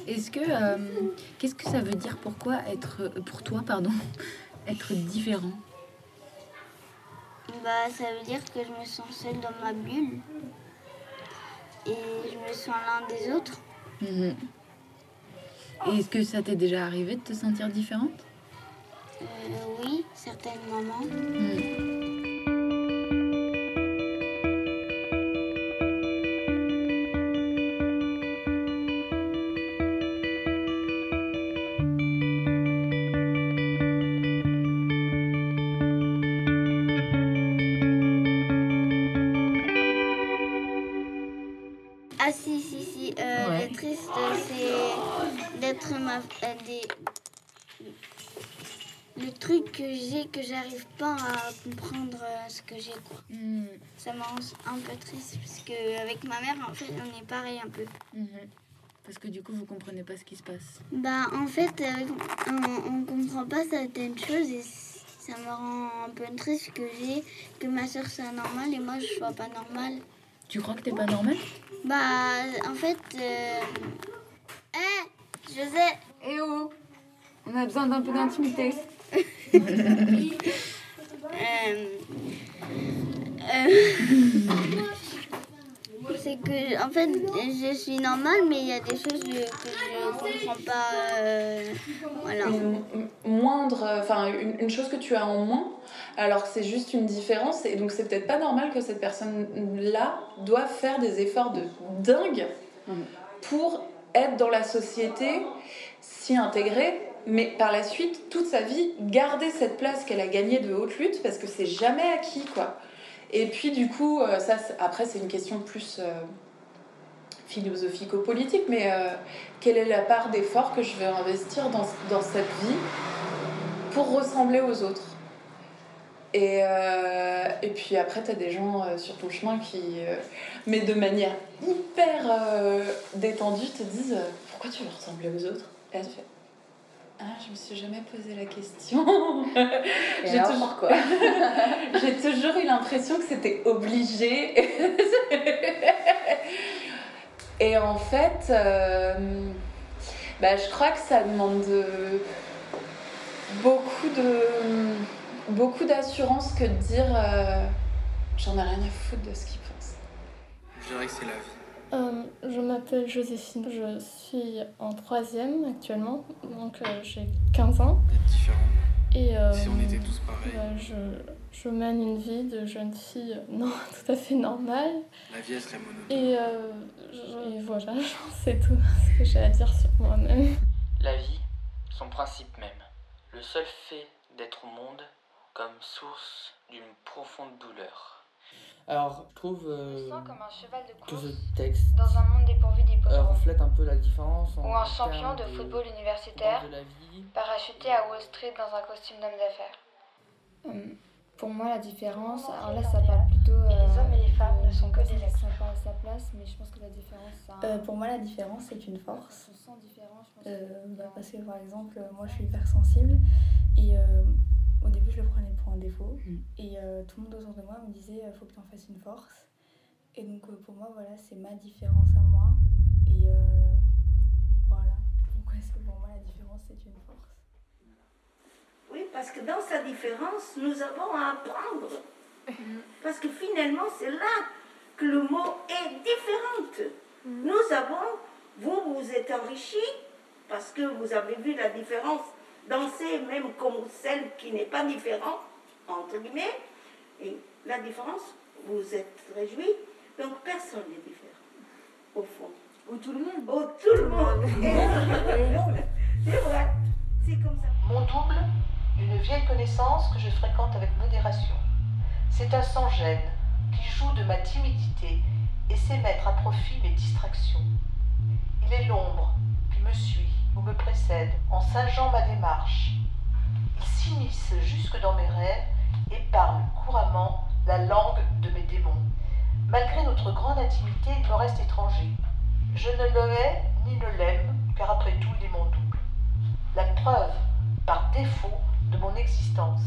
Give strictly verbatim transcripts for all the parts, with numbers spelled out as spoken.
Est-ce que euh, qu'est-ce que ça veut dire pourquoi être pour toi pardon être différent? Bah ça veut dire que je me sens seule dans ma bulle et je me sens l'un des autres. Mmh. Et est-ce que ça t'est déjà arrivé de te sentir différente? Euh, oui, certaines moments. Mmh. Ah si, si, si. Euh, Ouais. Le triste, c'est d'être ma... euh, des... Le truc que j'ai, que j'arrive pas à comprendre euh, ce que j'ai, quoi. Mmh. Ça me rend un peu triste, parce qu'avec ma mère, en fait, on est pareil un peu. Mmh. Parce que du coup, vous comprenez pas ce qui se passe. Bah, en fait, euh, on, on comprend pas certaines choses et ça me rend un peu triste que j'ai, que ma soeur soit normale et moi, je sois pas normale. Tu crois que t'es pas normale? Bah, en fait... Euh... Eh, je sais. Eh oh! On a besoin d'un peu d'intimité. euh... Euh... C'est que, en fait, je suis normale, mais il y a des choses que je comprends pas. Euh... Voilà. Une moindre, enfin une, une chose que tu as en moins, alors que c'est juste une différence, et donc c'est peut-être pas normal que cette personne-là doive faire des efforts de dingue pour être dans la société, s'y intégrer, mais par la suite, toute sa vie, garder cette place qu'elle a gagnée de haute lutte, parce que c'est jamais acquis, quoi. Et puis du coup, ça, après c'est une question plus euh, philosophico-politique, mais euh, quelle est la part d'effort que je vais investir dans, dans cette vie pour ressembler aux autres? Et, euh, et puis après, tu as des gens euh, sur ton chemin qui, euh, mais de manière hyper euh, détendue, te disent euh, pourquoi tu veux ressembler aux autres? Et là, tu fais ah, je me suis jamais posé la question. Et alors, toujours... pourquoi? J'ai toujours eu l'impression que c'était obligé. Et en fait, euh, bah, je crois que ça demande de, beaucoup de beaucoup d'assurance que de dire euh, j'en ai rien à foutre de ce qu'ils pensent. Je dirais que c'est la vie. Euh, je m'appelle Joséphine, je suis en troisième actuellement, donc euh, j'ai quinze ans. D'être différent. Et euh, si on était tous pareils. Bah, je, je mène une vie de jeune fille euh, non, tout à fait normale. La vie elle serait monotone. Et, euh, je, et voilà, c'est tout ce que j'ai à dire sur moi-même. La vie, son principe même, le seul fait d'être au monde comme source d'une profonde douleur. Alors, je trouve euh, je me sens comme un cheval de que course ce texte dans un monde dépourvu d'hippodromes. Euh, reflète un peu la différence. Ou un champion de, de football universitaire de la vie. parachuté à Wall Street dans un costume d'homme d'affaires. Hum, pour moi, la différence, alors là, ça parle plutôt. Euh, et les hommes et les femmes ne sont que des êtres. Ça parle à sa place, mais je pense que la différence. Ça... Euh, pour moi, la différence, c'est une force. On se sent différent, je pense. Euh, bah, parce que par exemple, moi, je suis hypersensible et. Euh, Au début, je le prenais pour un défaut. Mmh. Et euh, tout le monde autour de moi me disait euh, faut que tu en fasses une force. Et donc, euh, pour moi, voilà, c'est ma différence à moi. Et euh, voilà. Donc, est-ce que pour moi, la différence, c'est une force? Oui, parce que dans sa différence, nous avons à apprendre. Mmh. Parce que finalement, c'est là que le mot est différente. Mmh. Nous avons, vous, vous êtes enrichis parce que vous avez vu la différence. Danser même comme celle qui n'est pas différente, entre guillemets, et la différence, vous êtes réjouis, donc personne n'est différent, au fond. Ou tout le monde. Ou tout le monde. C'est vrai, c'est comme ça. Mon double, une vieille connaissance que je fréquente avec modération. C'est un sans-gêne qui joue de ma timidité et sait mettre à profit mes distractions. Il est l'ombre qui me suit ou me précède en singeant ma démarche. Il s'immisce jusque dans mes rêves et parle couramment la langue de mes démons. Malgré notre grande intimité, il me reste étranger. Je ne le hais ni ne l'aime, car après tout, il est mon double. La preuve, par défaut, de mon existence.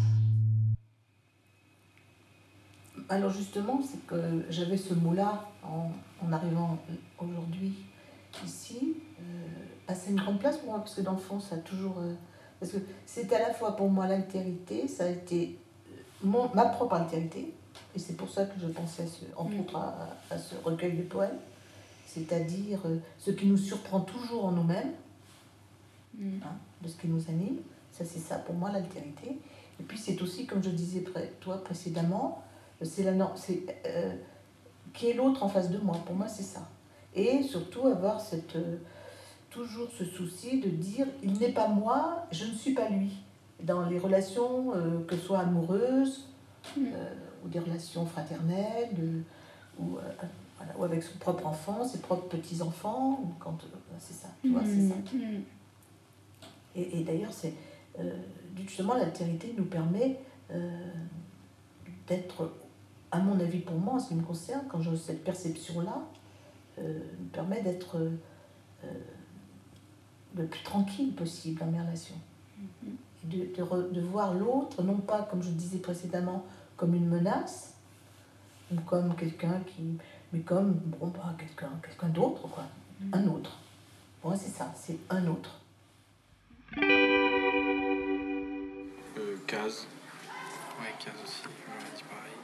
Alors justement, c'est que j'avais ce mot-là en, en arrivant aujourd'hui ici, euh, à c'est une grande place pour moi, parce que dans le fond, ça a toujours... Euh, parce que c'est à la fois pour moi l'altérité, ça a été mon, ma propre altérité, et c'est pour ça que je pensais, à ce, entre autres, à, à ce recueil de poèmes, c'est-à-dire euh, ce qui nous surprend toujours en nous-mêmes, mm. hein, de ce qui nous anime, ça c'est ça pour moi l'altérité. Et puis c'est aussi, comme je disais près, toi précédemment, c'est la norme, c'est euh, qui est l'autre en face de moi, pour moi c'est ça. Et surtout avoir cette, euh, toujours ce souci de dire il n'est pas moi, je ne suis pas lui. Dans les relations, euh, que ce soit amoureuses, mm. euh, ou des relations fraternelles, de, ou, euh, voilà, ou avec son propre enfant, ses propres petits-enfants, ou quand, euh, c'est ça, tu vois, mm. c'est ça. Mm. Et, et d'ailleurs, c'est, euh, justement, l'altérité nous permet euh, d'être, à mon avis, pour moi, en ce qui me concerne, quand j'ai cette perception-là, euh, nous permet d'être euh, le plus tranquille possible dans mes relations. Mm-hmm. Et de, de, re, de voir l'autre, non pas, comme je disais précédemment, comme une menace, ou comme quelqu'un qui... mais comme, bon, bah, quelqu'un, quelqu'un d'autre, quoi. Mm-hmm. Un autre. Pour moi, c'est ça, c'est un autre. Euh, case. Ouais, case aussi, on m'a dit pareil.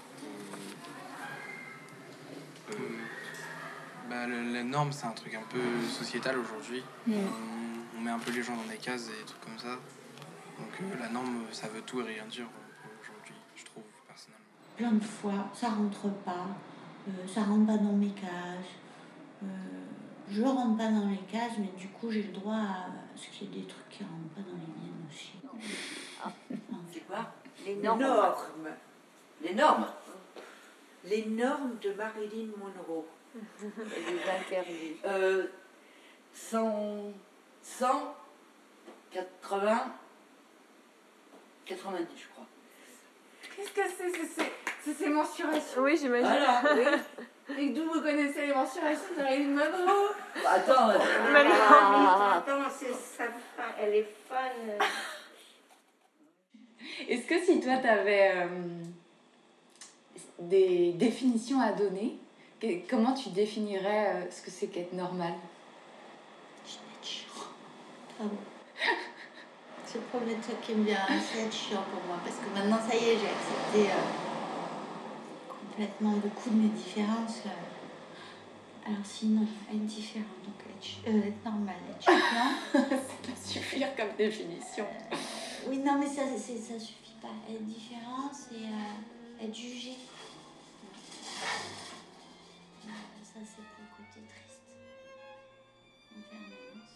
Euh, bah, le, la norme, c'est un truc un peu sociétal aujourd'hui. Mm. On, on met un peu les gens dans des cases et des trucs comme ça. Donc euh, la norme, ça veut tout et rien dire aujourd'hui, je trouve, personnellement. Plein de fois, ça rentre pas, euh, ça rentre pas dans mes cases. Euh, je rentre pas dans les cases, mais du coup, j'ai le droit à ce qu'il y ait des trucs qui rentrent pas dans les miennes aussi. Ah. C'est quoi ? Les normes. Les normes. Les normes. Les normes de Marilyn Monroe. Les interdits. Euh, cent, cent, quatre-vingts, quatre-vingt-dix, je crois. Qu'est-ce que c'est, c'est, c'est, c'est ces mensurations? Oui, j'imagine. Voilà, oui. Et d'où vous connaissez les mensurations de Marilyn Monroe? Attends, euh... ah, attends, c'est ça, elle est fun. Est-ce que si toi t'avais euh, des définitions à donner, que, comment tu définirais euh, ce que c'est qu'être normal? Je vais être chiant. Ah bon. C'est le problème de ça qui me vient, c'est être chiant pour moi, parce que maintenant ça y est, j'ai accepté euh, complètement beaucoup de mes différences. Euh. Alors sinon, être différent, donc être, euh, être normal, être chiant. Ça peut suffire comme définition. Oui, non, mais ça, c'est, ça suffit pas. Être différent, c'est euh, être jugé. Euh, ça, c'est pour le côté triste. En permanence.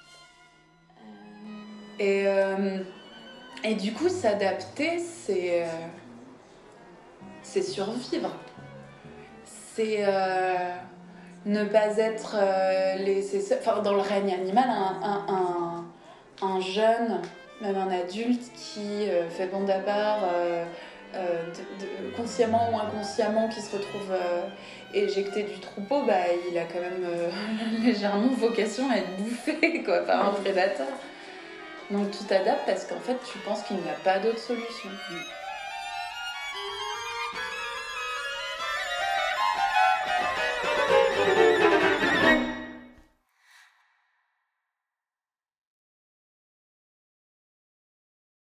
Euh... Et, euh, et du coup, s'adapter, c'est, euh, c'est survivre. C'est euh, ne pas être euh, laissé seul. Enfin, dans le règne animal, un, un, un, un jeune, même un adulte qui euh, fait bande à part, euh, euh, de, de, consciemment ou inconsciemment, qui se retrouve euh, éjecté du troupeau, bah, il a quand même euh, légèrement vocation à être bouffé quoi, par un prédateur. Donc tu t'adaptes parce qu'en fait tu penses qu'il n'y a pas d'autre solution.